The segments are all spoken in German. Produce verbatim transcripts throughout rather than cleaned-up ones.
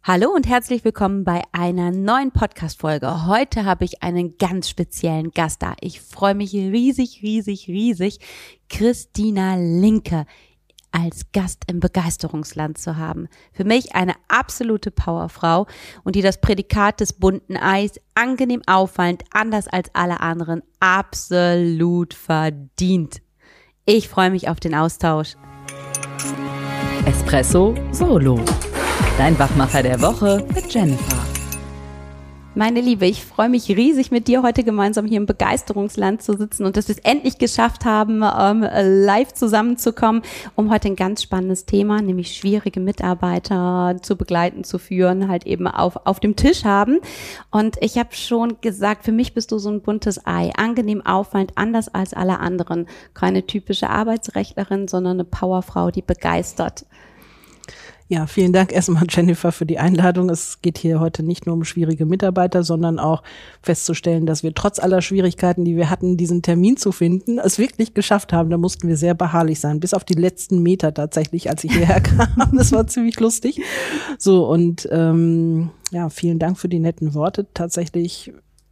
Hallo und herzlich willkommen bei einer neuen Podcast-Folge. Heute habe ich einen ganz speziellen Gast da. Ich freue mich riesig, riesig, riesig, Christina Linke als Gast im Begeisterungsland zu haben. Für mich eine absolute Powerfrau und die das Prädikat des bunten Eis angenehm auffallend, anders als alle anderen, absolut verdient. Ich freue mich auf den Austausch. Espresso Solo. Dein Wachmacher der Woche mit Jennifer. Meine Liebe, ich freue mich riesig, mit dir heute gemeinsam hier im Begeisterungsland zu sitzen und dass wir es endlich geschafft haben, ähm, live zusammenzukommen, um heute ein ganz spannendes Thema, nämlich schwierige Mitarbeiter zu begleiten, zu führen, halt eben auf, auf dem Tisch haben. Und ich habe schon gesagt, für mich bist du so ein buntes Ei, angenehm auffallend, anders als alle anderen. Keine typische Arbeitsrechtlerin, sondern eine Powerfrau, die begeistert. Ja, vielen Dank erstmal, Jennifer, für die Einladung. Es geht hier heute nicht nur um schwierige Mitarbeiter, sondern auch festzustellen, dass wir trotz aller Schwierigkeiten, die wir hatten, diesen Termin zu finden, es wirklich geschafft haben. Da mussten wir sehr beharrlich sein, bis auf die letzten Meter tatsächlich, als ich hierher kam. Das war ziemlich lustig. So, und ähm, ja, vielen Dank für die netten Worte. Tatsächlich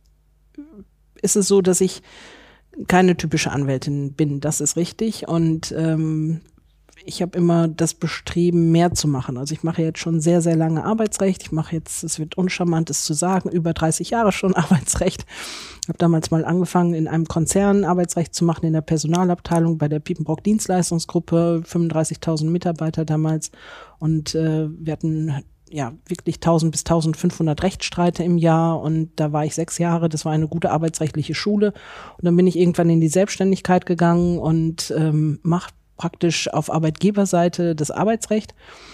ist es so, dass ich keine typische Anwältin bin. Das ist richtig. Und ähm, ich habe immer das Bestreben, mehr zu machen. Also ich mache jetzt schon sehr, sehr lange Arbeitsrecht. Ich mache jetzt, es wird uncharmant, es zu sagen, über dreißig Jahre schon Arbeitsrecht. Ich habe damals mal angefangen, in einem Konzern Arbeitsrecht zu machen, in der Personalabteilung bei der Piepenbrock Dienstleistungsgruppe, fünfunddreißigtausend Mitarbeiter damals. Und äh, wir hatten ja wirklich tausend bis eintausendfünfhundert Rechtsstreite im Jahr. Und da war ich sechs Jahre. Das war eine gute arbeitsrechtliche Schule. Und dann bin ich irgendwann in die Selbstständigkeit gegangen und ähm, mache praktisch auf Arbeitgeberseite das Arbeitsrecht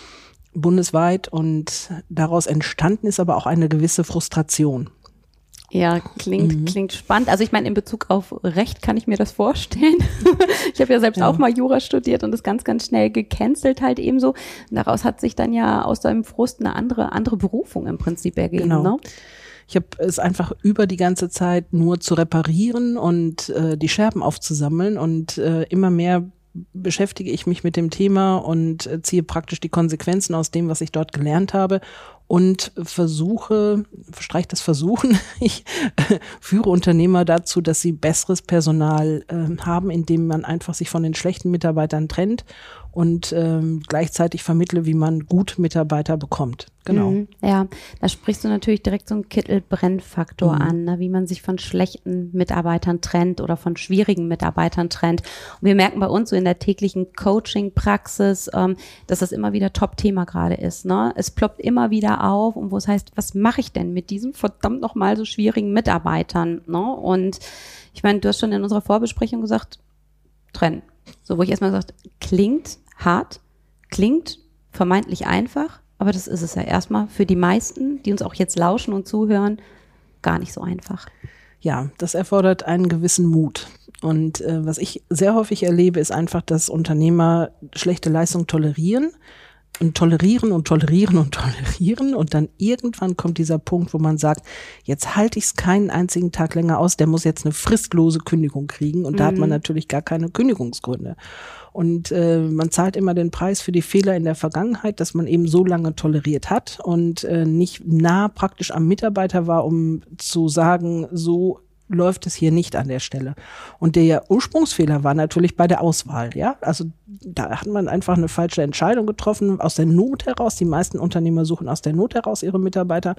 bundesweit, und daraus entstanden ist aber auch eine gewisse Frustration. Ja, klingt mhm. klingt spannend. Also ich meine, in Bezug auf Recht kann ich mir das vorstellen. Ich habe ja selbst ja. auch mal Jura studiert und das ganz, ganz schnell gecancelt halt ebenso. Und daraus hat sich dann ja aus deinem Frust eine andere andere Berufung im Prinzip ergeben. Genau. Ne? Ich habe es einfach über die ganze Zeit nur zu reparieren und äh, die Scherben aufzusammeln, und äh, immer mehr beschäftige ich mich mit dem Thema und ziehe praktisch die Konsequenzen aus dem, was ich dort gelernt habe, und versuche, streich das Versuchen, ich äh, führe Unternehmer dazu, dass sie besseres Personal äh, haben, indem man einfach sich von den schlechten Mitarbeitern trennt und ähm, gleichzeitig vermittle, wie man gut Mitarbeiter bekommt. Genau. Mhm, ja, da sprichst du natürlich direkt so einen Kittel-Brennfaktor mhm. an, ne? Wie man sich von schlechten Mitarbeitern trennt oder von schwierigen Mitarbeitern trennt. Und wir merken bei uns so in der täglichen Coaching-Praxis, ähm, dass das immer wieder Top-Thema gerade ist. Ne? Es ploppt immer wieder auf, und wo es heißt, was mache ich denn mit diesen verdammt nochmal so schwierigen Mitarbeitern? Ne? Und ich meine, du hast schon in unserer Vorbesprechung gesagt, trennen. So, wo ich erstmal gesagt, klingt hart, klingt vermeintlich einfach, aber das ist es ja erstmal für die meisten, die uns auch jetzt lauschen und zuhören, gar nicht so einfach. Ja, das erfordert einen gewissen Mut. Und äh, was ich sehr häufig erlebe, ist einfach, dass Unternehmer schlechte Leistung tolerieren und tolerieren und tolerieren und tolerieren. Und dann irgendwann kommt dieser Punkt, wo man sagt, jetzt halte ich es keinen einzigen Tag länger aus, der muss jetzt eine fristlose Kündigung kriegen. Und da mhm. hat man natürlich gar keine Kündigungsgründe. Und äh, man zahlt immer den Preis für die Fehler in der Vergangenheit, dass man eben so lange toleriert hat und äh, nicht nah praktisch am Mitarbeiter war, um zu sagen, so läuft es hier nicht an der Stelle. Und der Ursprungsfehler war natürlich bei der Auswahl, ja. Also da hat man einfach eine falsche Entscheidung getroffen, aus der Not heraus. Die meisten Unternehmer suchen aus der Not heraus ihre Mitarbeiter.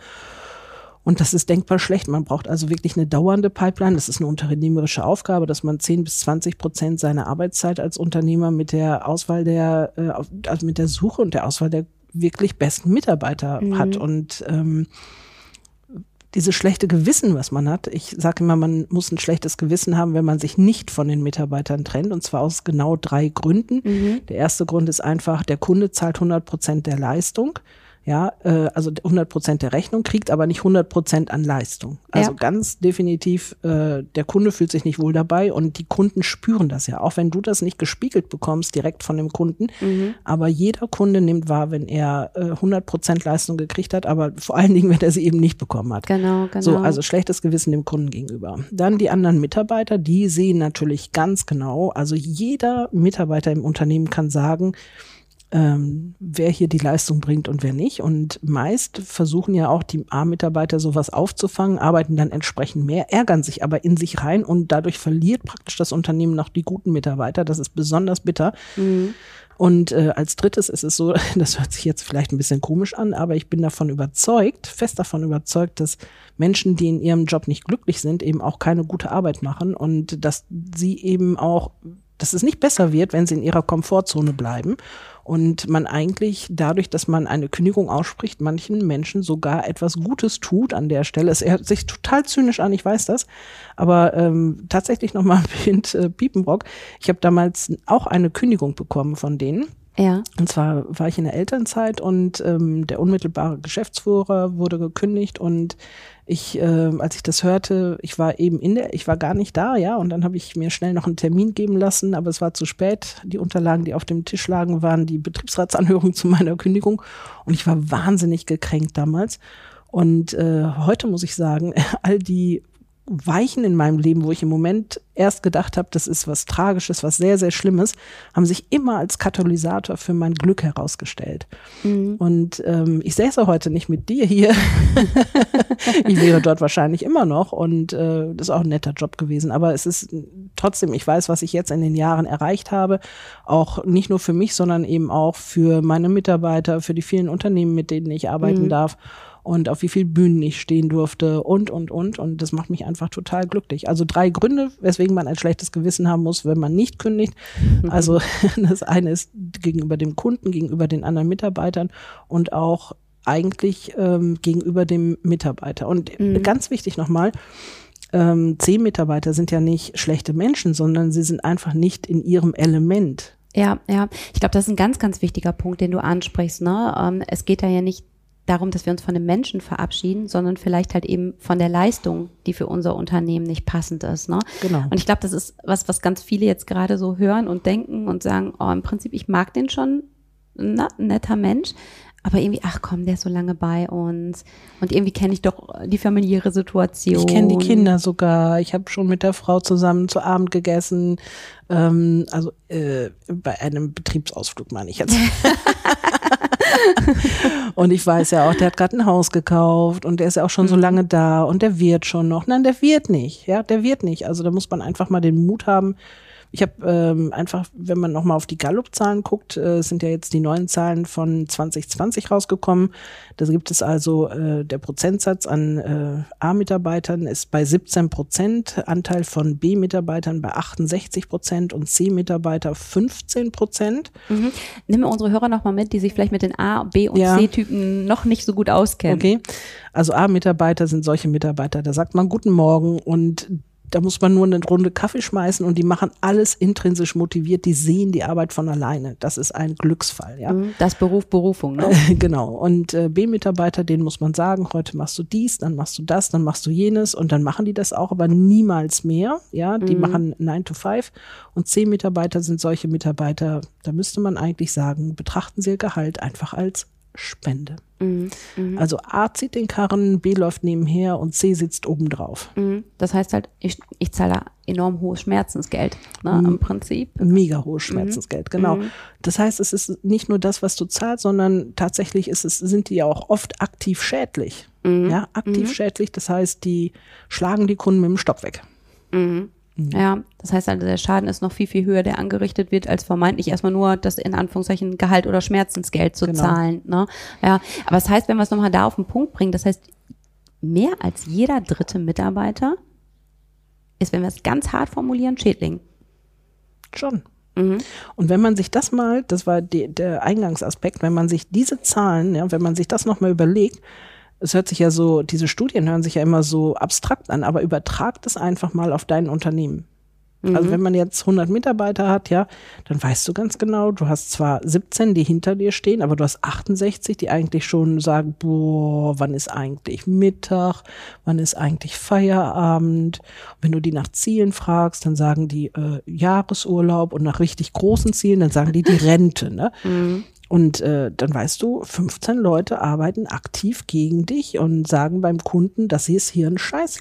Und das ist denkbar schlecht. Man braucht also wirklich eine dauernde Pipeline. Das ist eine unternehmerische Aufgabe, dass man zehn bis zwanzig Prozent seiner Arbeitszeit als Unternehmer mit der Auswahl der, äh, also mit der Suche und der Auswahl der wirklich besten Mitarbeiter mhm. hat. Und ähm, dieses schlechte Gewissen, was man hat, ich sage immer, man muss ein schlechtes Gewissen haben, wenn man sich nicht von den Mitarbeitern trennt, und zwar aus genau drei Gründen. Mhm. Der erste Grund ist einfach, der Kunde zahlt hundert Prozent der Leistung. Ja, äh, also hundert Prozent der Rechnung, kriegt aber nicht hundert Prozent an Leistung. Also ja. ganz definitiv, äh, der Kunde fühlt sich nicht wohl dabei, und die Kunden spüren das ja, auch wenn du das nicht gespiegelt bekommst direkt von dem Kunden. Mhm. Aber jeder Kunde nimmt wahr, wenn er äh, hundert Prozent Leistung gekriegt hat, aber vor allen Dingen, wenn er sie eben nicht bekommen hat. Genau, genau. So, also schlechtes Gewissen dem Kunden gegenüber. Dann die anderen Mitarbeiter, die sehen natürlich ganz genau, also jeder Mitarbeiter im Unternehmen kann sagen, ähm, wer hier die Leistung bringt und wer nicht. Und meist versuchen ja auch die A-Mitarbeiter sowas aufzufangen, arbeiten dann entsprechend mehr, ärgern sich aber in sich rein und dadurch verliert praktisch das Unternehmen noch die guten Mitarbeiter. Das ist besonders bitter. Mhm. Und äh, als drittes ist es so, das hört sich jetzt vielleicht ein bisschen komisch an, aber ich bin davon überzeugt, fest davon überzeugt, dass Menschen, die in ihrem Job nicht glücklich sind, eben auch keine gute Arbeit machen und dass sie eben auch, dass es nicht besser wird, wenn sie in ihrer Komfortzone bleiben und man eigentlich dadurch, dass man eine Kündigung ausspricht, manchen Menschen sogar etwas Gutes tut an der Stelle. Es hört sich total zynisch an, ich weiß das, aber ähm, tatsächlich nochmal mit äh, Piepenbrock. Ich habe damals auch eine Kündigung bekommen von denen. Ja. Und zwar war ich in der Elternzeit und ähm, der unmittelbare Geschäftsführer wurde gekündigt und ich, äh, als ich das hörte, ich war eben in der, ich war gar nicht da, ja, und dann habe ich mir schnell noch einen Termin geben lassen, aber es war zu spät. Die Unterlagen, die auf dem Tisch lagen, waren die Betriebsratsanhörung zu meiner Kündigung und ich war wahnsinnig gekränkt damals. Und äh, heute muss ich sagen, all die Weichen in meinem Leben, wo ich im Moment erst gedacht habe, das ist was Tragisches, was sehr, sehr Schlimmes, haben sich immer als Katalysator für mein Glück herausgestellt. Mhm. Und ähm, ich säße heute nicht mit dir hier. Ich wäre dort wahrscheinlich immer noch und äh, das ist auch ein netter Job gewesen. Aber es ist trotzdem, ich weiß, was ich jetzt in den Jahren erreicht habe, auch nicht nur für mich, sondern eben auch für meine Mitarbeiter, für die vielen Unternehmen, mit denen ich arbeiten mhm. darf. Und auf wie viel Bühnen ich stehen durfte und, und, und. Und das macht mich einfach total glücklich. Also drei Gründe, weswegen man ein schlechtes Gewissen haben muss, wenn man nicht kündigt. Mhm. Also das eine ist gegenüber dem Kunden, gegenüber den anderen Mitarbeitern und auch eigentlich ähm, gegenüber dem Mitarbeiter. Und mhm. ganz wichtig nochmal, ähm, zehn Mitarbeiter sind ja nicht schlechte Menschen, sondern sie sind einfach nicht in ihrem Element. Ja, ja. Ich glaube, das ist ein ganz, ganz wichtiger Punkt, den du ansprichst. Ne? Ähm, es geht da ja nicht darum, dass wir uns von dem Menschen verabschieden, sondern vielleicht halt eben von der Leistung, die für unser Unternehmen nicht passend ist. Ne? Genau. Und ich glaube, das ist was, was ganz viele jetzt gerade so hören und denken und sagen, oh, im Prinzip, ich mag den schon, na, ein netter Mensch, aber irgendwie, ach komm, der ist so lange bei uns und irgendwie kenne ich doch die familiäre Situation. Ich kenne die Kinder sogar, ich habe schon mit der Frau zusammen zu Abend gegessen, ähm, also äh, bei einem Betriebsausflug meine ich jetzt. Und ich weiß ja auch, der hat gerade ein Haus gekauft und der ist ja auch schon mhm. so lange da und der wird schon noch. Nein, der wird nicht, ja, der wird nicht. Also da muss man einfach mal den Mut haben. Ich habe ähm, einfach, wenn man nochmal auf die Gallup-Zahlen guckt, äh, sind ja jetzt die neuen Zahlen von zwanzig zwanzig rausgekommen. Da gibt es also, äh, der Prozentsatz an äh, A-Mitarbeitern ist bei siebzehn Prozent, Anteil von B-Mitarbeitern bei achtundsechzig Prozent und C-Mitarbeiter fünfzehn Prozent. Mhm. Nimm mir unsere Hörer nochmal mit, die sich vielleicht mit den A-, B- und ja. C-Typen noch nicht so gut auskennen. Okay, also A-Mitarbeiter sind solche Mitarbeiter, da sagt man Guten Morgen und da muss man nur eine Runde Kaffee schmeißen und die machen alles intrinsisch motiviert. Die sehen die Arbeit von alleine. Das ist ein Glücksfall, ja. Das Beruf, Berufung, ne? Genau. Und äh, B-Mitarbeiter, denen muss man sagen, heute machst du dies, dann machst du das, dann machst du jenes und dann machen die das auch, aber niemals mehr. Ja, die mhm. machen nine to five und C-Mitarbeiter sind solche Mitarbeiter, da müsste man eigentlich sagen, betrachten Sie Ihr Gehalt einfach als Spende. Mhm, mh. Also A zieht den Karren, B läuft nebenher und C sitzt obendrauf. Mhm. Das heißt halt, ich, ich zahle enorm hohes Schmerzensgeld, ne, mhm. im Prinzip. Mega hohes Schmerzensgeld, mhm. genau. Mhm. Das heißt, es ist nicht nur das, was du zahlst, sondern tatsächlich ist es, sind die ja auch oft aktiv schädlich. Mhm. Ja, aktiv mhm. schädlich, das heißt, die schlagen die Kunden mit dem Stock weg. Mhm. Mhm. Ja, das heißt also, der Schaden ist noch viel, viel höher, der angerichtet wird, als vermeintlich erstmal nur das in Anführungszeichen Gehalt oder Schmerzensgeld zu genau. zahlen. Ne? Ja, aber das heißt, wenn wir es nochmal da auf den Punkt bringen, das heißt, mehr als jeder dritte Mitarbeiter ist, wenn wir es ganz hart formulieren, Schädling. Schon. Mhm. Und wenn man sich das mal, das war die, der Eingangsaspekt, wenn man sich diese Zahlen, ja, wenn man sich das nochmal überlegt, es hört sich ja so, diese Studien hören sich ja immer so abstrakt an, aber übertragt es einfach mal auf dein Unternehmen. Mhm. Also wenn man jetzt hundert Mitarbeiter hat, ja, dann weißt du ganz genau, du hast zwar siebzehn, die hinter dir stehen, aber du hast achtundsechzig, die eigentlich schon sagen, boah, wann ist eigentlich Mittag, wann ist eigentlich Feierabend? Und wenn du die nach Zielen fragst, dann sagen die äh, Jahresurlaub und nach richtig großen Zielen, dann sagen die die Rente, ne? Mhm. Und äh, dann weißt du, fünfzehn Leute arbeiten aktiv gegen dich und sagen beim Kunden, das hier ist hier ein Scheißladen.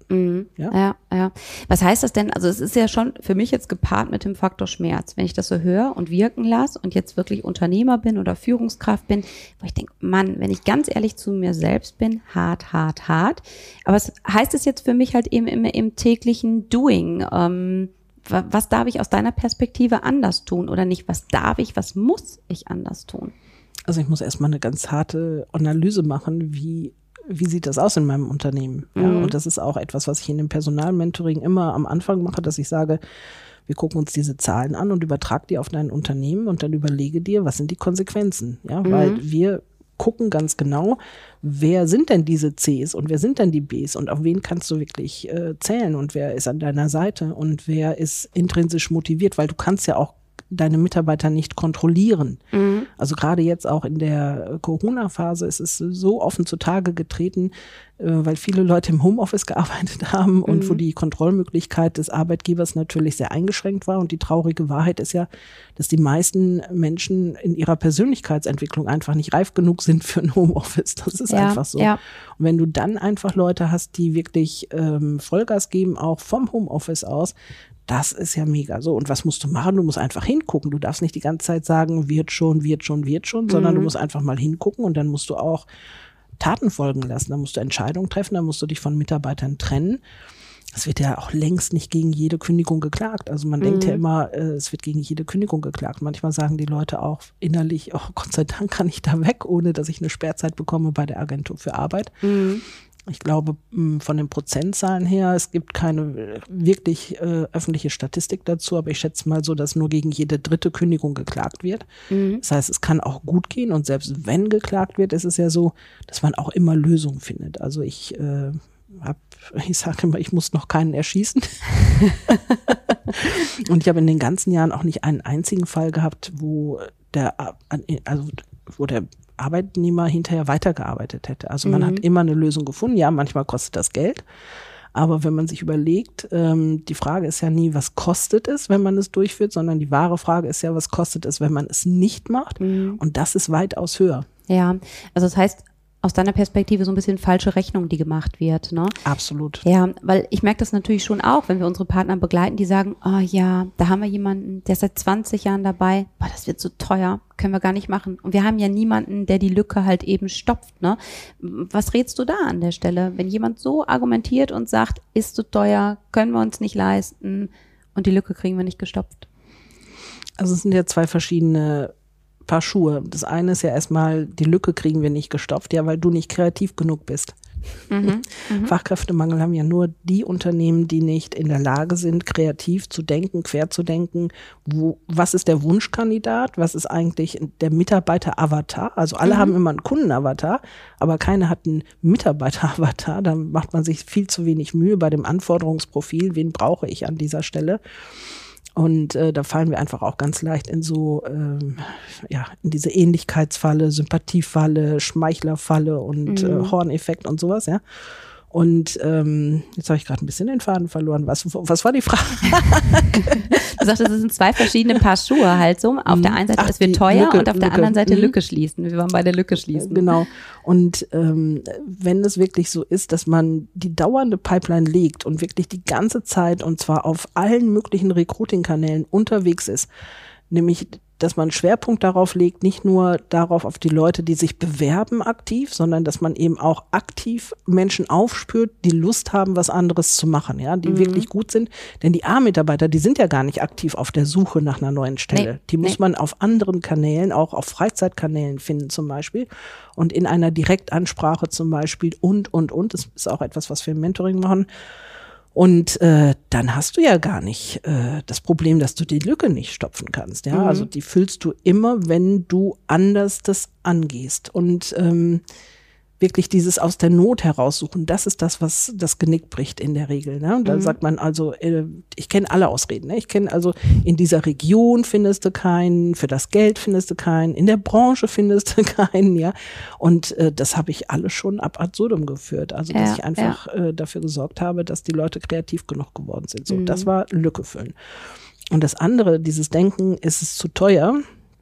Mhm. Ja? ja, ja. Was heißt das denn? Also es ist ja schon für mich jetzt gepaart mit dem Faktor Schmerz. Wenn ich das so höre und wirken lasse und jetzt wirklich Unternehmer bin oder Führungskraft bin, wo ich denke, Mann, wenn ich ganz ehrlich zu mir selbst bin, hart, hart, hart. Aber es heißt es jetzt für mich halt eben im, im täglichen Doing. Ähm, was darf ich aus deiner Perspektive anders tun oder nicht? Was darf ich, was muss ich anders tun? Also ich muss erstmal eine ganz harte Analyse machen, wie wie sieht das aus in meinem Unternehmen? Ja, Mhm. und das ist auch etwas, was ich in dem Personalmentoring immer am Anfang mache, dass ich sage, wir gucken uns diese Zahlen an und übertrag die auf dein Unternehmen und dann überlege dir, was sind die Konsequenzen? Ja, Mhm. weil wir gucken ganz genau, wer sind denn diese Cs und wer sind denn die Bs und auf wen kannst du wirklich äh, zählen und wer ist an deiner Seite und wer ist intrinsisch motiviert, weil du kannst ja auch deine Mitarbeiter nicht kontrollieren. Mhm. Also gerade jetzt auch in der Corona-Phase ist es so offen zutage getreten, äh, weil viele Leute im Homeoffice gearbeitet haben und Mhm. wo die Kontrollmöglichkeit des Arbeitgebers natürlich sehr eingeschränkt war. Und die traurige Wahrheit ist ja, dass die meisten Menschen in ihrer Persönlichkeitsentwicklung einfach nicht reif genug sind für ein Homeoffice. Das ist Ja, einfach so. ja. Und wenn du dann einfach Leute hast, die wirklich ähm, Vollgas geben, auch vom Homeoffice aus, das ist ja mega so. Und was musst du machen? Du musst einfach hingucken. Du darfst nicht die ganze Zeit sagen, wird schon, wird schon, wird schon, sondern Mhm. du musst einfach mal hingucken und dann musst du auch Taten folgen lassen. Dann musst du Entscheidungen treffen, dann musst du dich von Mitarbeitern trennen. Es wird ja auch längst nicht gegen jede Kündigung geklagt. Also man Mhm. denkt ja immer, äh, es wird gegen jede Kündigung geklagt. Manchmal sagen die Leute auch innerlich, oh Gott sei Dank kann ich da weg, ohne dass ich eine Sperrzeit bekomme bei der Agentur für Arbeit. Mhm. Ich glaube, mh, von den Prozentzahlen her, es gibt keine wirklich äh, öffentliche Statistik dazu, aber ich schätze mal so, dass nur gegen jede dritte Kündigung geklagt wird. Mhm. Das heißt, es kann auch gut gehen und selbst wenn geklagt wird, ist es ja so, dass man auch immer Lösungen findet. Also ich äh, hab, ich sage immer, ich muss noch keinen erschießen. Und ich habe in den ganzen Jahren auch nicht einen einzigen Fall gehabt, wo der, also wo der Arbeitnehmer hinterher weitergearbeitet hätte. Also man Mhm. hat immer eine Lösung gefunden. Ja, manchmal kostet das Geld. Aber wenn man sich überlegt, ähm, die Frage ist ja nie, was kostet es, wenn man es durchführt, sondern die wahre Frage ist ja, was kostet es, wenn man es nicht macht? Mhm. Und das ist weitaus höher. Ja, also das heißt, aus deiner Perspektive so ein bisschen falsche Rechnung, die gemacht wird, ne? Absolut. Ja, weil ich merke das natürlich schon auch, wenn wir unsere Partner begleiten, die sagen, oh ja, da haben wir jemanden, der ist seit zwanzig Jahren dabei, boah, das wird so teuer, können wir gar nicht machen. Und wir haben ja niemanden, der die Lücke halt eben stopft, ne? Was rätst du da an der Stelle, wenn jemand so argumentiert und sagt, ist zu teuer, können wir uns nicht leisten und die Lücke kriegen wir nicht gestopft? Also es sind ja zwei verschiedene Paar Schuhe. Das eine ist ja erstmal, die Lücke kriegen wir nicht gestopft, ja, weil du nicht kreativ genug bist. Mhm. Mhm. Fachkräftemangel haben ja nur die Unternehmen, die nicht in der Lage sind, kreativ zu denken, quer zu denken. Wo, was ist der Wunschkandidat? Was ist eigentlich der Mitarbeiter-Avatar? Also alle Mhm. haben immer einen Kunden-Avatar, aber keiner hat einen Mitarbeiter-Avatar. Da macht man sich viel zu wenig Mühe bei dem Anforderungsprofil. Wen brauche ich an dieser Stelle? Und äh, da fallen wir einfach auch ganz leicht in so, ähm, ja, in diese Ähnlichkeitsfalle, Sympathiefalle, Schmeichlerfalle und Mhm. äh, Horneffekt und sowas, ja. Und ähm, jetzt habe ich gerade ein bisschen den Faden verloren. Was, was war die Frage? Du sagst, es sind zwei verschiedene Paar Schuhe halt so. Auf der einen Seite, Ach, es wird die teuer Lücke, und auf der Lücke. anderen Seite Mhm. Lücke schließen. Wir waren bei der Lücke schließen. Genau. Und ähm, wenn es wirklich so ist, dass man die dauernde Pipeline legt und wirklich die ganze Zeit und zwar auf allen möglichen Recruiting-Kanälen unterwegs ist, nämlich dass man Schwerpunkt darauf legt, nicht nur darauf auf die Leute, die sich bewerben aktiv, sondern dass man eben auch aktiv Menschen aufspürt, die Lust haben, was anderes zu machen, ja, die Mhm. wirklich gut sind. Denn die A-Mitarbeiter, die sind ja gar nicht aktiv auf der Suche nach einer neuen Stelle. Nee, die muss nee. man auf anderen Kanälen, auch auf Freizeitkanälen finden zum Beispiel und in einer Direktansprache zum Beispiel und, und, und. Das ist auch etwas, was wir im Mentoring machen. Und äh, dann hast du ja gar nicht äh, das Problem, dass du die Lücke nicht stopfen kannst. Ja, Mhm. also die füllst du immer, wenn du anders das angehst. Und ähm, wirklich dieses aus der Not heraussuchen, das ist das, was das Genick bricht in der Regel. Ne? Da Mhm. sagt man also, äh, ich kenne alle Ausreden. Ne? Ich kenne also, in dieser Region findest du keinen, für das Geld findest du keinen, in der Branche findest du keinen. Ja, und äh, das habe ich alles schon ab absurdum geführt. Also dass Ja, ich einfach äh, dafür gesorgt habe, dass die Leute kreativ genug geworden sind. So, Mhm. das war Lücke füllen. Und das andere, dieses Denken, ist es zu teuer?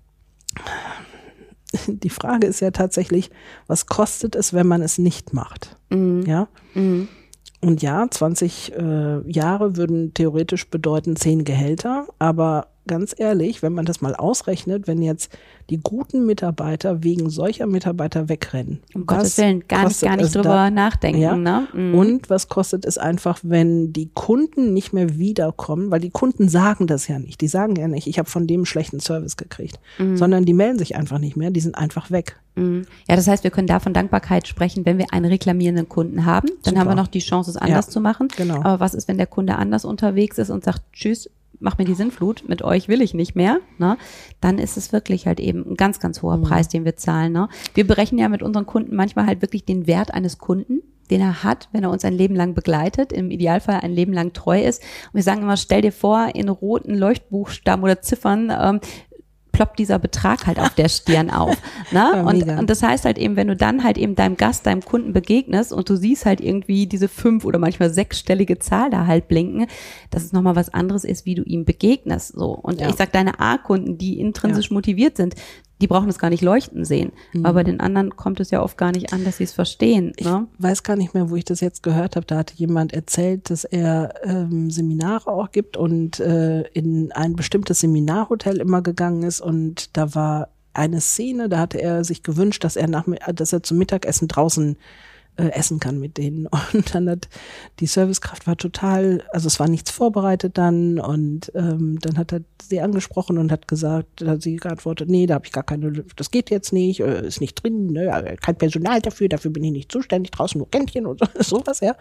Die Frage ist ja tatsächlich, was kostet es, wenn man es nicht macht? Mhm. Ja. Mhm. Und ja, zwanzig äh, Jahre würden theoretisch bedeuten zehn Gehälter, aber ganz ehrlich, wenn man das mal ausrechnet, wenn jetzt die guten Mitarbeiter wegen solcher Mitarbeiter wegrennen. Um Gottes Willen, gar nicht, gar nicht drüber da, nachdenken. Ja? Ne? Mhm. Und was kostet es einfach, wenn die Kunden nicht mehr wiederkommen, weil die Kunden sagen das ja nicht. Die sagen ja nicht, ich habe von dem einen schlechten Service gekriegt, mhm. sondern die melden sich einfach nicht mehr, die sind einfach weg. Mhm. Ja, das heißt, wir können da von Dankbarkeit sprechen, wenn wir einen reklamierenden Kunden haben. Dann Super. haben wir noch die Chance, es anders ja, zu machen. Genau. Aber was ist, wenn der Kunde anders unterwegs ist und sagt, tschüss, mach mir die Sinnflut, mit euch will ich nicht mehr, ne? Dann ist es wirklich halt eben ein ganz, ganz hoher mhm. Preis, den wir zahlen. Ne? Wir berechnen ja mit unseren Kunden manchmal halt wirklich den Wert eines Kunden, den er hat, wenn er uns ein Leben lang begleitet, im Idealfall ein Leben lang treu ist. Und wir sagen immer, stell dir vor, in roten Leuchtbuchstaben oder Ziffern ähm, ploppt dieser Betrag halt auf der Stirn auf. Ne? Ja, und, und das heißt halt eben, wenn du dann halt eben deinem Gast, deinem Kunden begegnest und du siehst halt irgendwie diese fünf- oder manchmal sechsstellige Zahl da halt blinken, dass es nochmal was anderes ist, wie du ihm begegnest. So. Und ja. ich sag, deine A-Kunden, die intrinsisch ja. motiviert sind, die brauchen es gar nicht leuchten sehen. Mhm. Aber bei den anderen kommt es ja oft gar nicht an, dass sie es verstehen. Ne? Ich weiß gar nicht mehr, wo ich das jetzt gehört habe. Da hatte jemand erzählt, dass er ähm, Seminare auch gibt und äh, in ein bestimmtes Seminarhotel immer gegangen ist. Und da war eine Szene, da hatte er sich gewünscht, dass er nach, dass er zum Mittagessen draußen äh, essen kann mit denen. Und dann hat die Servicekraft war total, also es war nichts vorbereitet dann und ähm, dann hat er sie angesprochen und hat gesagt, da hat sie geantwortet, nee, da habe ich gar keine, das geht jetzt nicht, äh, ist nicht drin, ne, kein Personal dafür, dafür bin ich nicht zuständig, draußen nur Kännchen und so, sowas, ja.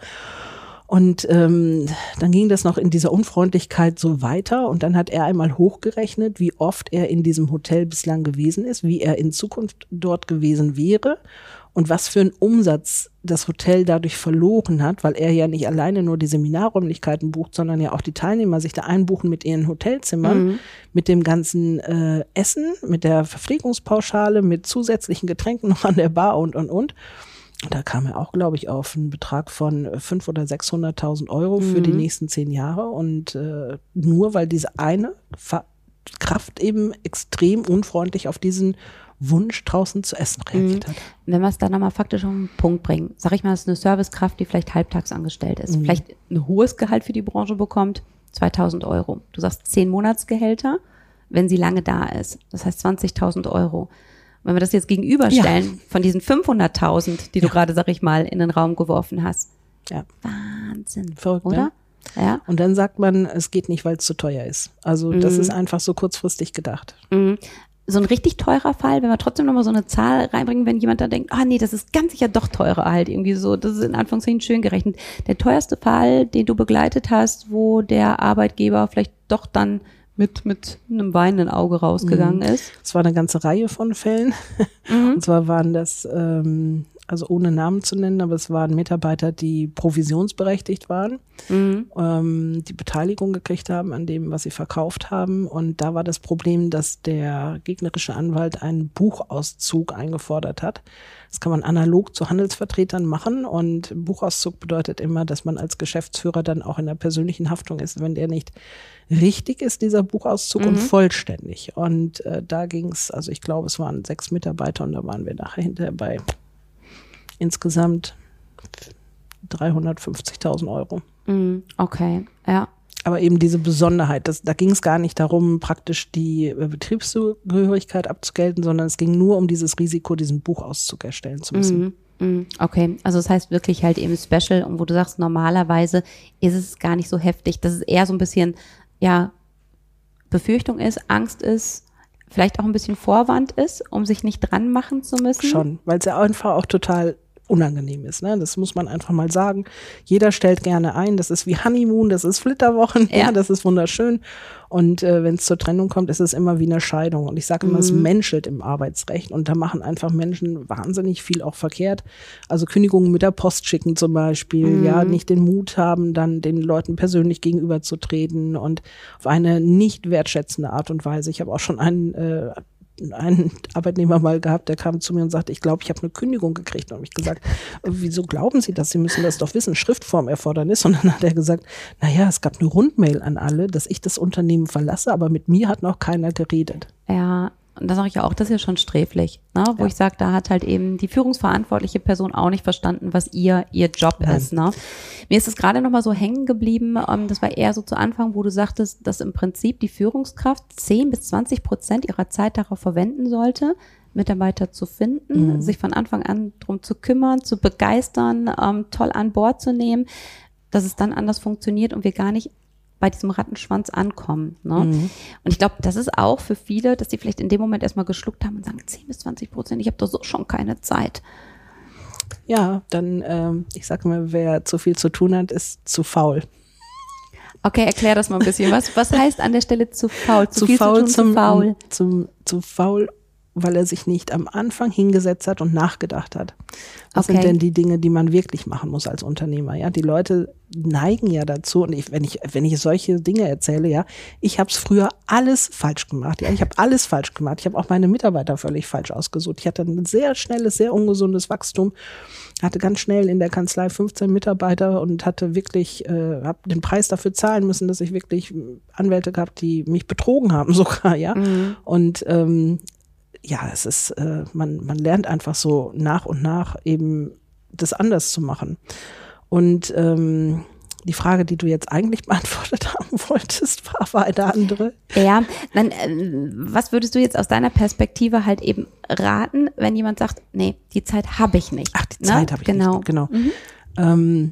Und ähm, dann ging das noch in dieser Unfreundlichkeit so weiter und dann hat er einmal hochgerechnet, wie oft er in diesem Hotel bislang gewesen ist, wie er in Zukunft dort gewesen wäre und was für einen Umsatz das Hotel dadurch verloren hat, weil er ja nicht alleine nur die Seminarräumlichkeiten bucht, sondern ja auch die Teilnehmer sich da einbuchen mit ihren Hotelzimmern, mhm. mit dem ganzen äh, Essen, mit der Verpflegungspauschale, mit zusätzlichen Getränken noch an der Bar und, und, und. Da kam er auch, glaube ich, auf einen Betrag von fünfhunderttausend oder sechshunderttausend Euro für mhm. die nächsten zehn Jahre. Und äh, nur weil diese eine Fa- Kraft eben extrem unfreundlich auf diesen Wunsch, draußen zu essen reagiert mhm. hat. Wenn wir es dann nochmal faktisch auf den Punkt bringen, sag ich mal, es ist eine Servicekraft, die vielleicht halbtags angestellt ist, mhm. vielleicht ein hohes Gehalt für die Branche bekommt, zweitausend Euro. Du sagst zehn Monatsgehälter, wenn sie lange da ist. Das heißt zwanzigtausend Euro. Wenn wir das jetzt gegenüberstellen, ja. von diesen fünfhunderttausend, die du ja. gerade, sag ich mal, in den Raum geworfen hast. Ja. Wahnsinn. Verrückt, oder? Ne? Ja. Und dann sagt man, es geht nicht, weil es zu teuer ist. Also mhm. das ist einfach so kurzfristig gedacht. Mhm. So ein richtig teurer Fall, wenn wir trotzdem nochmal so eine Zahl reinbringen, wenn jemand da denkt, ah nee, das ist ganz sicher doch teurer halt irgendwie so, das ist in Anführungszeichen schön gerechnet. Der teuerste Fall, den du begleitet hast, wo der Arbeitgeber vielleicht doch dann mit mit einem weinenden Auge rausgegangen mhm. ist. Es war eine ganze Reihe von Fällen. Mhm. Und zwar waren das, ähm, also ohne Namen zu nennen, aber es waren Mitarbeiter, die provisionsberechtigt waren, mhm. ähm, die Beteiligung gekriegt haben an dem, was sie verkauft haben. Und da war das Problem, dass der gegnerische Anwalt einen Buchauszug eingefordert hat. Das kann man analog zu Handelsvertretern machen und Buchauszug bedeutet immer, dass man als Geschäftsführer dann auch in der persönlichen Haftung ist, wenn der nicht richtig ist, dieser Buchauszug, mhm. und vollständig. Und äh, da ging es, also ich glaube, es waren sechs Mitarbeiter und da waren wir nachher hinterher bei insgesamt dreihundertfünfzigtausend Euro. Mhm. Okay, ja. Aber eben diese Besonderheit, das, da ging es gar nicht darum, praktisch die äh, Betriebszugehörigkeit abzugelten, sondern es ging nur um dieses Risiko, diesen Buchauszug erstellen zu müssen. Mhm. Okay, also das heißt wirklich halt eben Special und wo du sagst, normalerweise ist es gar nicht so heftig, dass es eher so ein bisschen, ja, Befürchtung ist, Angst ist, vielleicht auch ein bisschen Vorwand ist, um sich nicht dran machen zu müssen. Schon, weil es ja einfach auch total unangenehm ist, ne? Das muss man einfach mal sagen. Jeder stellt gerne ein, das ist wie Honeymoon, das ist Flitterwochen, ja, ja das ist wunderschön. Und äh, wenn es zur Trennung kommt, ist es immer wie eine Scheidung. Und ich sage immer, mhm. es menschelt im Arbeitsrecht und da machen einfach Menschen wahnsinnig viel auch verkehrt. Also Kündigungen mit der Post schicken zum Beispiel, mhm. ja, nicht den Mut haben, dann den Leuten persönlich gegenüberzutreten und auf eine nicht wertschätzende Art und Weise. Ich habe auch schon einen äh, einen Arbeitnehmer mal gehabt, der kam zu mir und sagte, ich glaube, ich habe eine Kündigung gekriegt. Und habe ich gesagt, wieso glauben Sie das? Sie müssen das doch wissen, Schriftformerfordernis. Und dann hat er gesagt, naja, es gab eine Rundmail an alle, dass ich das Unternehmen verlasse, aber mit mir hat noch keiner geredet. Ja, und da sage ich ja auch, das ist ja schon sträflich, ne? Wo ja. ich sage, da hat halt eben die führungsverantwortliche Person auch nicht verstanden, was ihr ihr Job Nein. ist. Ne? Mir ist es gerade noch mal so hängen geblieben, ähm, das war eher so zu Anfang, wo du sagtest, dass im Prinzip die Führungskraft zehn bis zwanzig Prozent ihrer Zeit darauf verwenden sollte, Mitarbeiter zu finden, mhm. sich von Anfang an drum zu kümmern, zu begeistern, ähm, toll an Bord zu nehmen, dass es dann anders funktioniert und wir gar nicht bei diesem Rattenschwanz ankommen. Ne? Mhm. Und ich glaube, das ist auch für viele, dass die vielleicht in dem Moment erstmal geschluckt haben und sagen, zehn bis zwanzig Prozent, ich habe doch so schon keine Zeit. Ja, dann, ähm, ich sage mal, wer zu viel zu tun hat, ist zu faul. Okay, erklär das mal ein bisschen. Was, was heißt an der Stelle zu faul? Zu, zu viel faul, zu tun, zum, zu faul? Zum, zu faul, weil er sich nicht am Anfang hingesetzt hat und nachgedacht hat. Was okay. sind denn die Dinge, die man wirklich machen muss als Unternehmer? Ja, die Leute neigen ja dazu, und ich, wenn ich wenn ich solche Dinge erzähle, ja, ich habe es früher alles falsch gemacht. Ja, ich habe alles falsch gemacht. Ich habe auch meine Mitarbeiter völlig falsch ausgesucht. Ich hatte ein sehr schnelles, sehr ungesundes Wachstum. Hatte ganz schnell in der Kanzlei fünfzehn Mitarbeiter und hatte wirklich, äh, habe den Preis dafür zahlen müssen, dass ich wirklich Anwälte gehabt, die mich betrogen haben sogar, ja. Mhm. Und ähm, ja, es ist, äh, man, man lernt einfach so nach und nach eben das anders zu machen. Und ähm, die Frage, die du jetzt eigentlich beantwortet haben wolltest, war, war eine andere. Ja, dann, äh, was würdest du jetzt aus deiner Perspektive halt eben raten, wenn jemand sagt, nee, die Zeit habe ich nicht. Ach, die Zeit habe ich genau. nicht, genau. Mhm. Ähm,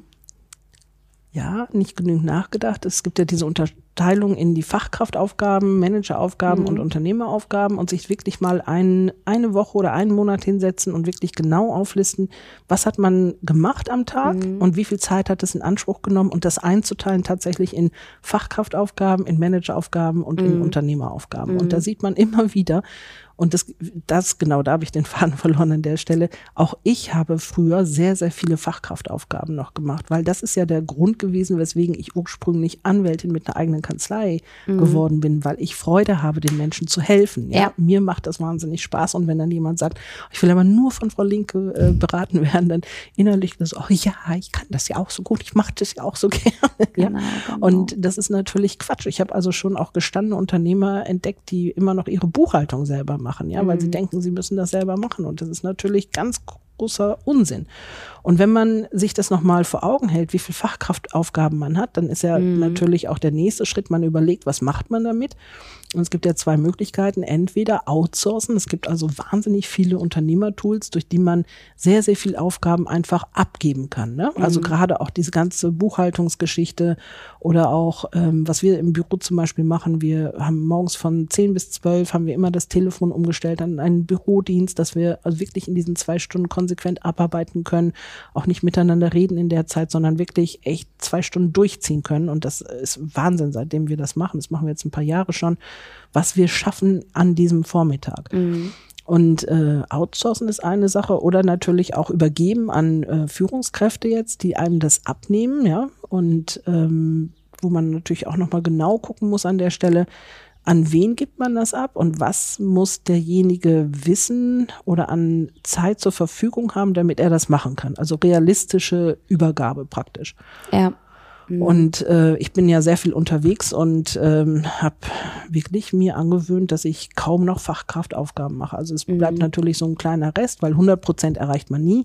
ja, nicht genügend nachgedacht. Es gibt ja diese Unterteilung in die Fachkraftaufgaben, Manageraufgaben mhm. und Unternehmeraufgaben und sich wirklich mal ein, eine Woche oder einen Monat hinsetzen und wirklich genau auflisten, was hat man gemacht am Tag mhm. und wie viel Zeit hat es in Anspruch genommen und das einzuteilen tatsächlich in Fachkraftaufgaben, in Manageraufgaben und mhm. in Unternehmeraufgaben. Mhm. Und da sieht man immer wieder, und das, das, genau, da habe ich den Faden verloren an der Stelle. Auch ich habe früher sehr, sehr viele Fachkraftaufgaben noch gemacht, weil das ist ja der Grund gewesen, weswegen ich ursprünglich Anwältin mit einer eigenen Kanzlei mhm. geworden bin, weil ich Freude habe, den Menschen zu helfen. Ja? Ja. Mir macht das wahnsinnig Spaß. Und wenn dann jemand sagt, ich will aber nur von Frau Linke äh, beraten werden, dann innerlich das, oh ja, ich kann das ja auch so gut, ich mache das ja auch so gerne. Genau, ja? Genau. Und das ist natürlich Quatsch. Ich habe also schon auch gestandene Unternehmer entdeckt, die immer noch ihre Buchhaltung selber machen. machen, ja, weil mhm. sie denken, sie müssen das selber machen und das ist natürlich ganz großer Unsinn. Und wenn man sich das nochmal vor Augen hält, wie viel Fachkraftaufgaben man hat, dann ist ja mhm. natürlich auch der nächste Schritt, man überlegt, was macht man damit? Und es gibt ja zwei Möglichkeiten, entweder outsourcen, es gibt also wahnsinnig viele Unternehmertools, durch die man sehr, sehr viel Aufgaben einfach abgeben kann. Ne? Also mhm. gerade auch diese ganze Buchhaltungsgeschichte oder auch, ähm, was wir im Büro zum Beispiel machen, wir haben morgens von zehn bis zwölf haben wir immer das Telefon umgestellt an einen Bürodienst, dass wir also wirklich in diesen zwei Stunden konsequent abarbeiten können, auch nicht miteinander reden in der Zeit, sondern wirklich echt zwei Stunden durchziehen können. Und das ist Wahnsinn, seitdem wir das machen. Das machen wir jetzt ein paar Jahre schon, was wir schaffen an diesem Vormittag. Mhm. Und äh, outsourcen ist eine Sache oder natürlich auch übergeben an äh, Führungskräfte jetzt, die einem das abnehmen, ja. Und ähm, wo man natürlich auch nochmal genau gucken muss an der Stelle, an wen gibt man das ab und was muss derjenige wissen oder an Zeit zur Verfügung haben, damit er das machen kann. Also realistische Übergabe praktisch. Ja. Mhm. Und äh, ich bin ja sehr viel unterwegs und ähm, habe wirklich mir angewöhnt, dass ich kaum noch Fachkraftaufgaben mache. Also es bleibt mhm. natürlich so ein kleiner Rest, weil hundert Prozent erreicht man nie.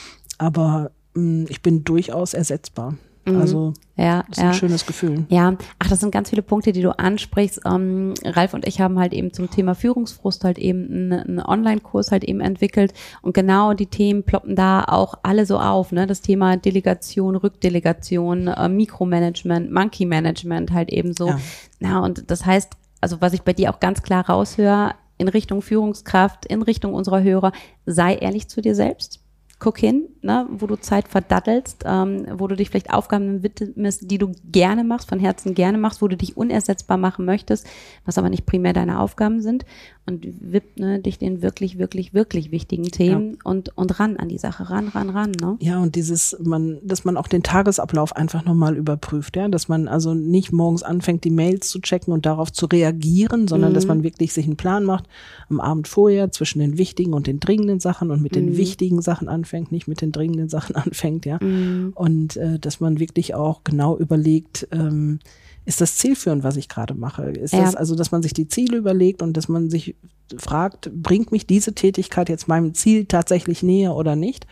Aber mh, ich bin durchaus ersetzbar. Also ja, das ist ja. ein schönes Gefühl. Ja, ach, das sind ganz viele Punkte, die du ansprichst. Ähm, Ralf und ich haben halt eben zum Thema Führungsfrust halt eben einen, einen Online-Kurs halt eben entwickelt und genau die Themen ploppen da auch alle so auf, ne? Das Thema Delegation, Rückdelegation, äh, Mikromanagement, Monkey-Management halt eben so. Ja. Na, und das heißt, also was ich bei dir auch ganz klar raushöre, in Richtung Führungskraft, in Richtung unserer Hörer, sei ehrlich zu dir selbst. Guck hin, ne, wo du Zeit verdattelst, ähm, wo du dich vielleicht Aufgaben widmest, die du gerne machst, von Herzen gerne machst, wo du dich unersetzbar machen möchtest, was aber nicht primär deine Aufgaben sind und widme dich den wirklich, wirklich, wirklich wichtigen Themen ja. und und ran an die Sache, ran, ran, ran. Ne? Ja, und dieses, man, dass man auch den Tagesablauf einfach nochmal überprüft, ja, dass man also nicht morgens anfängt, die Mails zu checken und darauf zu reagieren, sondern mhm. dass man wirklich sich einen Plan macht, am Abend vorher zwischen den wichtigen und den dringenden Sachen und mit mhm. den wichtigen Sachen anfängt, anfängt, nicht mit den dringenden Sachen anfängt, ja. Mhm. Und äh, dass man wirklich auch genau überlegt, ähm, ist das zielführend, was ich gerade mache? Ist Ja. das, also, dass man sich die Ziele überlegt und dass man sich fragt, bringt mich diese Tätigkeit jetzt meinem Ziel tatsächlich näher oder nicht?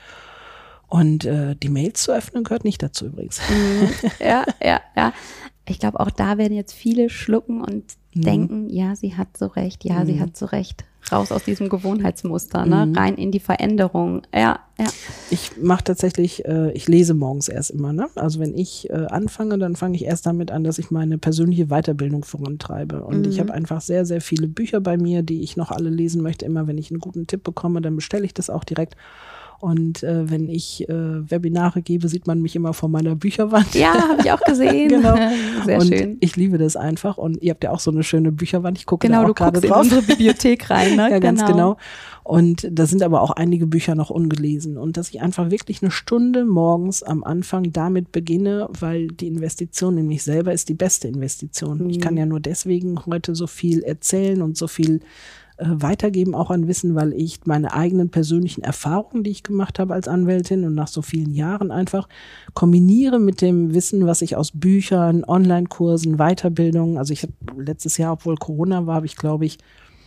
Und äh, die Mails zu öffnen gehört nicht dazu übrigens. Mhm. Ja, ja, ja. Ich glaube, auch da werden jetzt viele schlucken und Mhm. denken, ja, sie hat so recht, ja, Mhm. sie hat so recht. Raus aus diesem Gewohnheitsmuster, ne? Mhm. Rein in die Veränderung. Ja, ja. Ich mache tatsächlich, äh, ich lese morgens erst immer, ne? Also wenn ich äh, anfange, dann fange ich erst damit an, dass ich meine persönliche Weiterbildung vorantreibe. Und Mhm. ich habe einfach sehr, sehr viele Bücher bei mir, die ich noch alle lesen möchte. Immer wenn ich einen guten Tipp bekomme, dann bestelle ich das auch direkt. Und äh, wenn ich äh, Webinare gebe, sieht man mich immer vor meiner Bücherwand. Ja, habe ich auch gesehen. Genau. Sehr und schön. ich liebe das einfach. Und ihr habt ja auch so eine schöne Bücherwand. Ich gucke Genau, da du auch gerade guckst in drauf. unsere Bibliothek rein, ne? Ja, ganz genau. Und da sind aber auch einige Bücher noch ungelesen. Und dass ich einfach wirklich eine Stunde morgens am Anfang damit beginne, weil die Investition in mich selber ist die beste Investition. Mhm. Ich kann ja nur deswegen heute so viel erzählen und so viel äh, weitergeben, auch an Wissen, weil ich meine eigenen persönlichen Erfahrungen, die ich gemacht habe als Anwältin und nach so vielen Jahren einfach kombiniere mit dem Wissen, was ich aus Büchern, Online-Kursen, Weiterbildungen, also ich habe letztes Jahr, obwohl Corona war, habe ich glaube ich,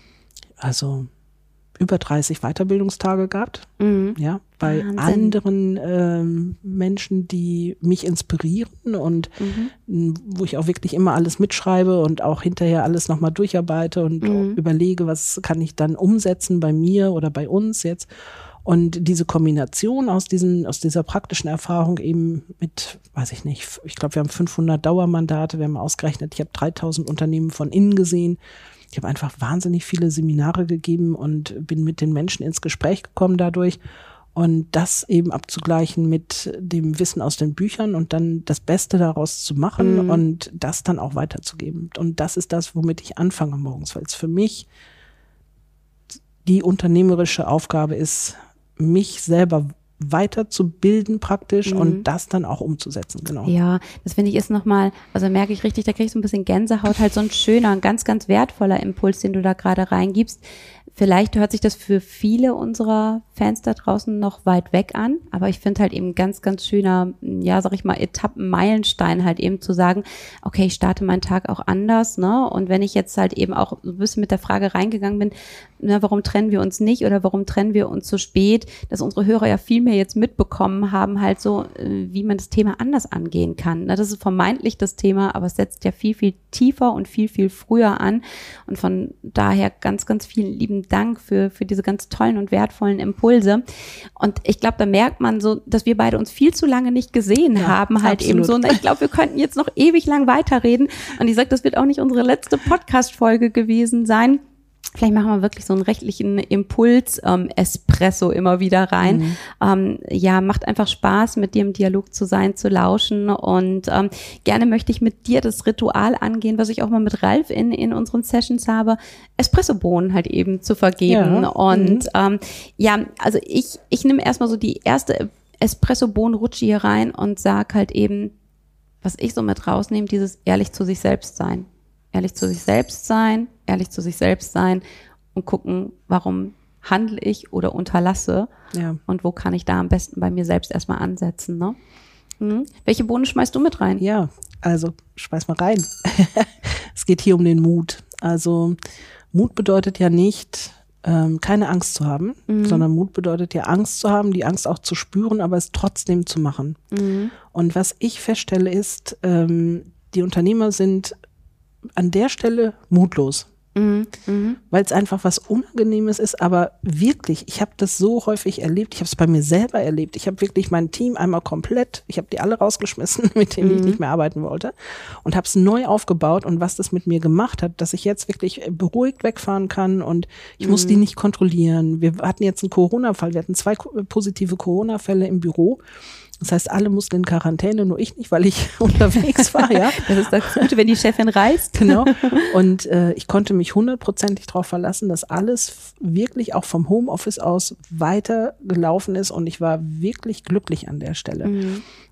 also über dreißig Weiterbildungstage gehabt, Mhm. ja, bei Wahnsinn. anderen ähm, Menschen, die mich inspirieren und Mhm. m, wo ich auch wirklich immer alles mitschreibe und auch hinterher alles nochmal durcharbeite und Mhm. überlege, was kann ich dann umsetzen bei mir oder bei uns jetzt. Und diese Kombination aus diesen, aus dieser praktischen Erfahrung eben mit, weiß ich nicht, ich glaube, wir haben fünfhundert Dauermandate, wir haben ausgerechnet, ich habe dreitausend Unternehmen von innen gesehen. Ich habe einfach wahnsinnig viele Seminare gegeben und bin mit den Menschen ins Gespräch gekommen dadurch. Und das eben abzugleichen mit dem Wissen aus den Büchern und dann das Beste daraus zu machen Mhm. und das dann auch weiterzugeben. Und das ist das, womit ich anfange morgens, weil es für mich die unternehmerische Aufgabe ist, mich selber weiterzubilden praktisch Mhm. und das dann auch umzusetzen. Genau. Ja, das finde ich ist nochmal, also merke ich richtig, da kriege ich so ein bisschen Gänsehaut, halt so ein schöner, ein ganz, ganz wertvoller Impuls, den du da gerade reingibst. Vielleicht hört sich das für viele unserer Fans da draußen noch weit weg an, aber ich finde halt eben ganz, ganz schöner, ja, sag ich mal, Etappen-Meilenstein halt eben zu sagen, okay, ich starte meinen Tag auch anders, ne? Und wenn ich jetzt halt eben auch so ein bisschen mit der Frage reingegangen bin, ne, warum trennen wir uns nicht oder warum trennen wir uns so spät, dass unsere Hörer ja viel mehr jetzt mitbekommen haben, halt so, wie man das Thema anders angehen kann. Ne? Das ist vermeintlich das Thema, aber es setzt ja viel, viel tiefer und viel, viel früher an. Und von daher ganz, ganz vielen lieben Dank für, für diese ganz tollen und wertvollen Impulse. Und ich glaube, da merkt man so, dass wir beide uns viel zu lange nicht gesehen Ja, haben, halt absolut. eben so. Und ich glaube, wir könnten jetzt noch ewig lang weiterreden. Und ich sage, das wird auch nicht unsere letzte Podcast-Folge gewesen sein. Vielleicht machen wir wirklich so einen rechtlichen Impuls-Espresso ähm, immer wieder rein. Mhm. Ähm, ja, macht einfach Spaß, mit dir im Dialog zu sein, zu lauschen. Und ähm, gerne möchte ich mit dir das Ritual angehen, was ich auch mal mit Ralf in, in unseren Sessions habe, Espressobohnen halt eben zu vergeben. Ja. Und Mhm. ähm, ja, also ich, ich nehme erstmal so die erste Espressobohnen-Rutsche hier rein und sag halt eben, was ich so mit rausnehme, dieses ehrlich zu sich selbst sein. Ehrlich zu sich selbst sein, ehrlich zu sich selbst sein und gucken, warum handle ich oder unterlasse Ja. und wo kann ich da am besten bei mir selbst erstmal ansetzen. Ne? Hm? Welche Bohnen schmeißt du mit rein? Ja, also schmeiß mal rein. Es geht hier um den Mut. Also Mut bedeutet ja nicht, ähm, keine Angst zu haben, Mhm. sondern Mut bedeutet ja Angst zu haben, die Angst auch zu spüren, aber es trotzdem zu machen. Mhm. Und was ich feststelle ist, ähm, die Unternehmer sind an der Stelle mutlos, Mhm. Mhm. weil es einfach was Unangenehmes ist, aber wirklich, ich habe das so häufig erlebt, ich habe es bei mir selber erlebt, ich habe wirklich mein Team einmal komplett, ich habe die alle rausgeschmissen, mit denen Mhm. ich nicht mehr arbeiten wollte und habe es neu aufgebaut und was das mit mir gemacht hat, dass ich jetzt wirklich beruhigt wegfahren kann und ich muss die nicht kontrollieren. Wir hatten jetzt einen Corona-Fall, wir hatten zwei ko- positive Corona-Fälle im Büro. Das heißt, alle mussten in Quarantäne, nur ich nicht, weil ich unterwegs war, ja. Das ist das Gute, wenn die Chefin reist. Genau. Und äh, ich konnte mich hundertprozentig darauf verlassen, dass alles f- wirklich auch vom Homeoffice aus weiter gelaufen ist und ich war wirklich glücklich an der Stelle. Mhm.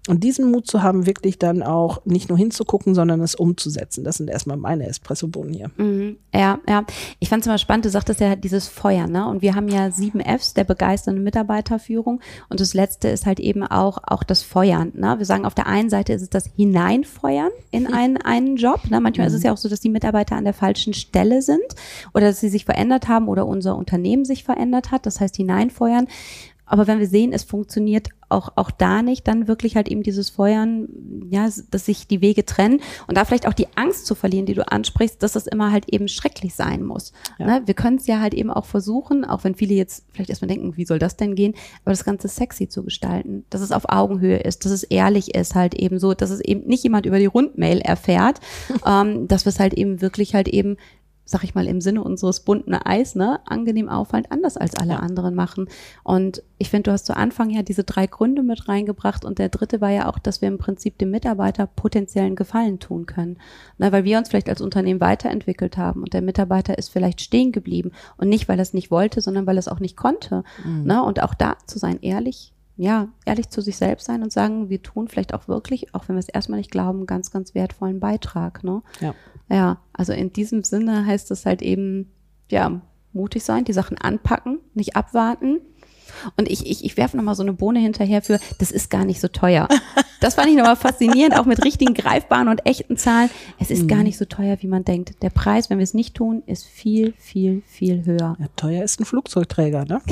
Und diesen Mut zu haben, wirklich dann auch nicht nur hinzugucken, sondern es umzusetzen. Das sind erstmal meine Espressobohnen hier. Mhm. Ja, ja. Ich fand es immer spannend, du sagtest ja dieses Feuer, ne? Und wir haben ja sieben Fs der begeisternden Mitarbeiterführung. Und das letzte ist halt eben auch, auch das Feuern, ne? Wir sagen, auf der einen Seite ist es das Hineinfeuern in einen, einen Job, ne? Manchmal mhm. ist es ja auch so, dass die Mitarbeiter an der falschen Stelle sind oder dass sie sich verändert haben oder unser Unternehmen sich verändert hat. Das heißt, hineinfeuern. Aber wenn wir sehen, es funktioniert auch, auch da nicht, dann wirklich halt eben dieses Feuern, ja, dass sich die Wege trennen und da vielleicht auch die Angst zu verlieren, die du ansprichst, dass das immer halt eben schrecklich sein muss. Ja. Ne? Wir können es ja halt eben auch versuchen, auch wenn viele jetzt vielleicht erstmal denken, wie soll das denn gehen, aber das Ganze sexy zu gestalten, dass es auf Augenhöhe ist, dass es ehrlich ist halt eben so, dass es eben nicht jemand über die Rundmail erfährt, ähm, dass wir es halt eben wirklich halt eben sag ich mal, im Sinne unseres bunten Eis, ne, angenehm auffallend anders als alle ja. anderen machen. Und ich finde, du hast zu Anfang ja diese drei Gründe mit reingebracht und der dritte war ja auch, dass wir im Prinzip dem Mitarbeiter potenziellen Gefallen tun können. Na, weil wir uns vielleicht als Unternehmen weiterentwickelt haben und der Mitarbeiter ist vielleicht stehen geblieben und nicht, weil er es nicht wollte, sondern weil er es auch nicht konnte. Mhm. Na, und auch da zu sein, ehrlich, ja, ehrlich zu sich selbst sein und sagen, wir tun vielleicht auch wirklich, auch wenn wir es erstmal nicht glauben, ganz, ganz wertvollen Beitrag, ne? Ja. Ja, also in diesem Sinne heißt es halt eben, ja, mutig sein, die Sachen anpacken, nicht abwarten. Und ich, ich, ich werfe nochmal so eine Bohne hinterher für, das ist gar nicht so teuer. Das fand ich nochmal faszinierend, auch mit richtigen greifbaren und echten Zahlen. Es ist mhm. gar nicht so teuer, wie man denkt. Der Preis, wenn wir es nicht tun, ist viel, viel, viel höher. Ja, teuer ist ein Flugzeugträger, ne?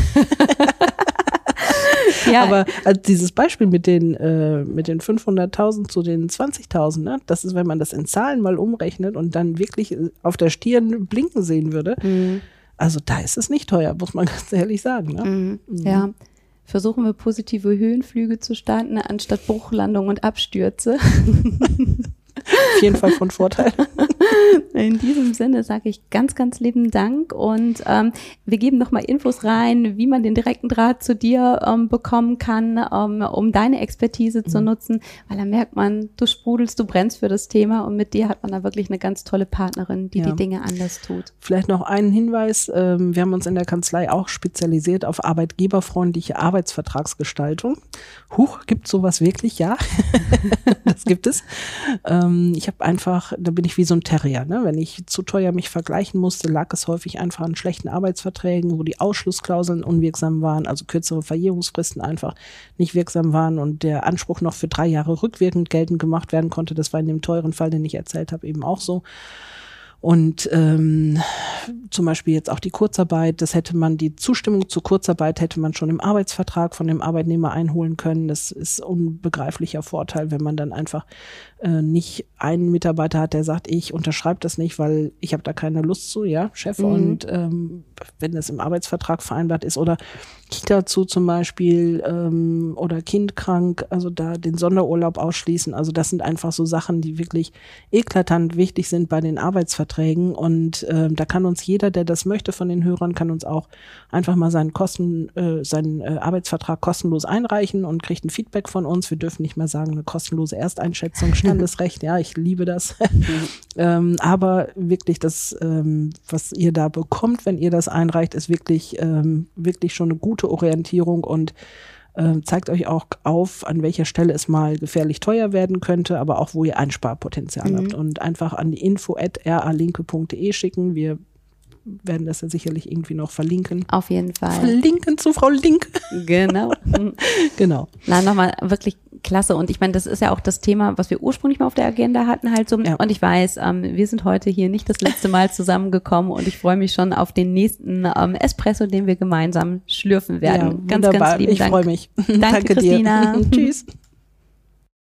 Ja. Aber also dieses Beispiel mit den äh, mit den fünfhunderttausend zu den zwanzigtausend, ne, das ist, wenn man das in Zahlen mal umrechnet und dann wirklich auf der Stirn blinken sehen würde, mhm. also da ist es nicht teuer, muss man ganz ehrlich sagen. Ne? Mhm. Mhm. Ja, versuchen wir positive Höhenflüge zu starten, anstatt Bruchlandung und Abstürze. Auf jeden Fall von Vorteil. In diesem Sinne sage ich ganz, ganz lieben Dank und ähm, wir geben nochmal Infos rein, wie man den direkten Draht zu dir ähm, bekommen kann, ähm, um deine Expertise mhm. zu nutzen, weil da merkt man, du sprudelst, du brennst für das Thema und mit dir hat man da wirklich eine ganz tolle Partnerin, die ja. die Dinge anders tut. Vielleicht noch einen Hinweis, ähm, wir haben uns in der Kanzlei auch spezialisiert auf arbeitgeberfreundliche Arbeitsvertragsgestaltung. Huch, gibt sowas wirklich? Ja, das gibt es. Ähm, ich habe einfach, da bin ich wie so ein Terrier, ne? Wenn ich zu teuer mich vergleichen musste, lag es häufig einfach an schlechten Arbeitsverträgen, wo die Ausschlussklauseln unwirksam waren, also kürzere Verjährungsfristen einfach nicht wirksam waren und der Anspruch noch für drei Jahre rückwirkend geltend gemacht werden konnte. Das war in dem teuren Fall, den ich erzählt habe, eben auch so. Und ähm, zum Beispiel jetzt auch die Kurzarbeit, das hätte man, die Zustimmung zur Kurzarbeit hätte man schon im Arbeitsvertrag von dem Arbeitnehmer einholen können. Das ist unbegreiflicher Vorteil, wenn man dann einfach äh, nicht einen Mitarbeiter hat, der sagt, ich unterschreibe das nicht, weil ich habe da keine Lust zu, ja, Chef. Mhm. Und ähm, wenn das im Arbeitsvertrag vereinbart ist oder Kita zu zum Beispiel ähm, oder Kind krank, also da den Sonderurlaub ausschließen. Also das sind einfach so Sachen, die wirklich eklatant wichtig sind bei den Arbeitsverträgen und äh, da kann uns jeder, der das möchte von den Hörern, kann uns auch einfach mal seinen Kosten, äh, seinen äh, Arbeitsvertrag kostenlos einreichen und kriegt ein Feedback von uns. Wir dürfen nicht mehr sagen, eine kostenlose Ersteinschätzung, Standesrecht, ja, ich liebe das. ähm, aber wirklich das, ähm, was ihr da bekommt, wenn ihr das einreicht, ist wirklich, ähm, wirklich schon eine gute Orientierung und äh, zeigt euch auch auf, an welcher Stelle es mal gefährlich teuer werden könnte, aber auch, wo ihr Einsparpotenzial mhm. habt. Und einfach an die info at r a linke punkt de schicken. Wir werden das ja sicherlich irgendwie noch verlinken. Auf jeden Fall. Verlinken zu Frau Link. Genau. Genau. Na, nochmal wirklich klasse. Und ich meine, das ist ja auch das Thema, was wir ursprünglich mal auf der Agenda hatten halt so. Ja. Und ich weiß, ähm, wir sind heute hier nicht das letzte Mal zusammengekommen und ich freue mich schon auf den nächsten ähm, Espresso, den wir gemeinsam schlürfen werden. Ja, ganz, wunderbar. ganz lieben ich Dank. Ich freue mich. Danke, Danke Christina. dir. Tschüss.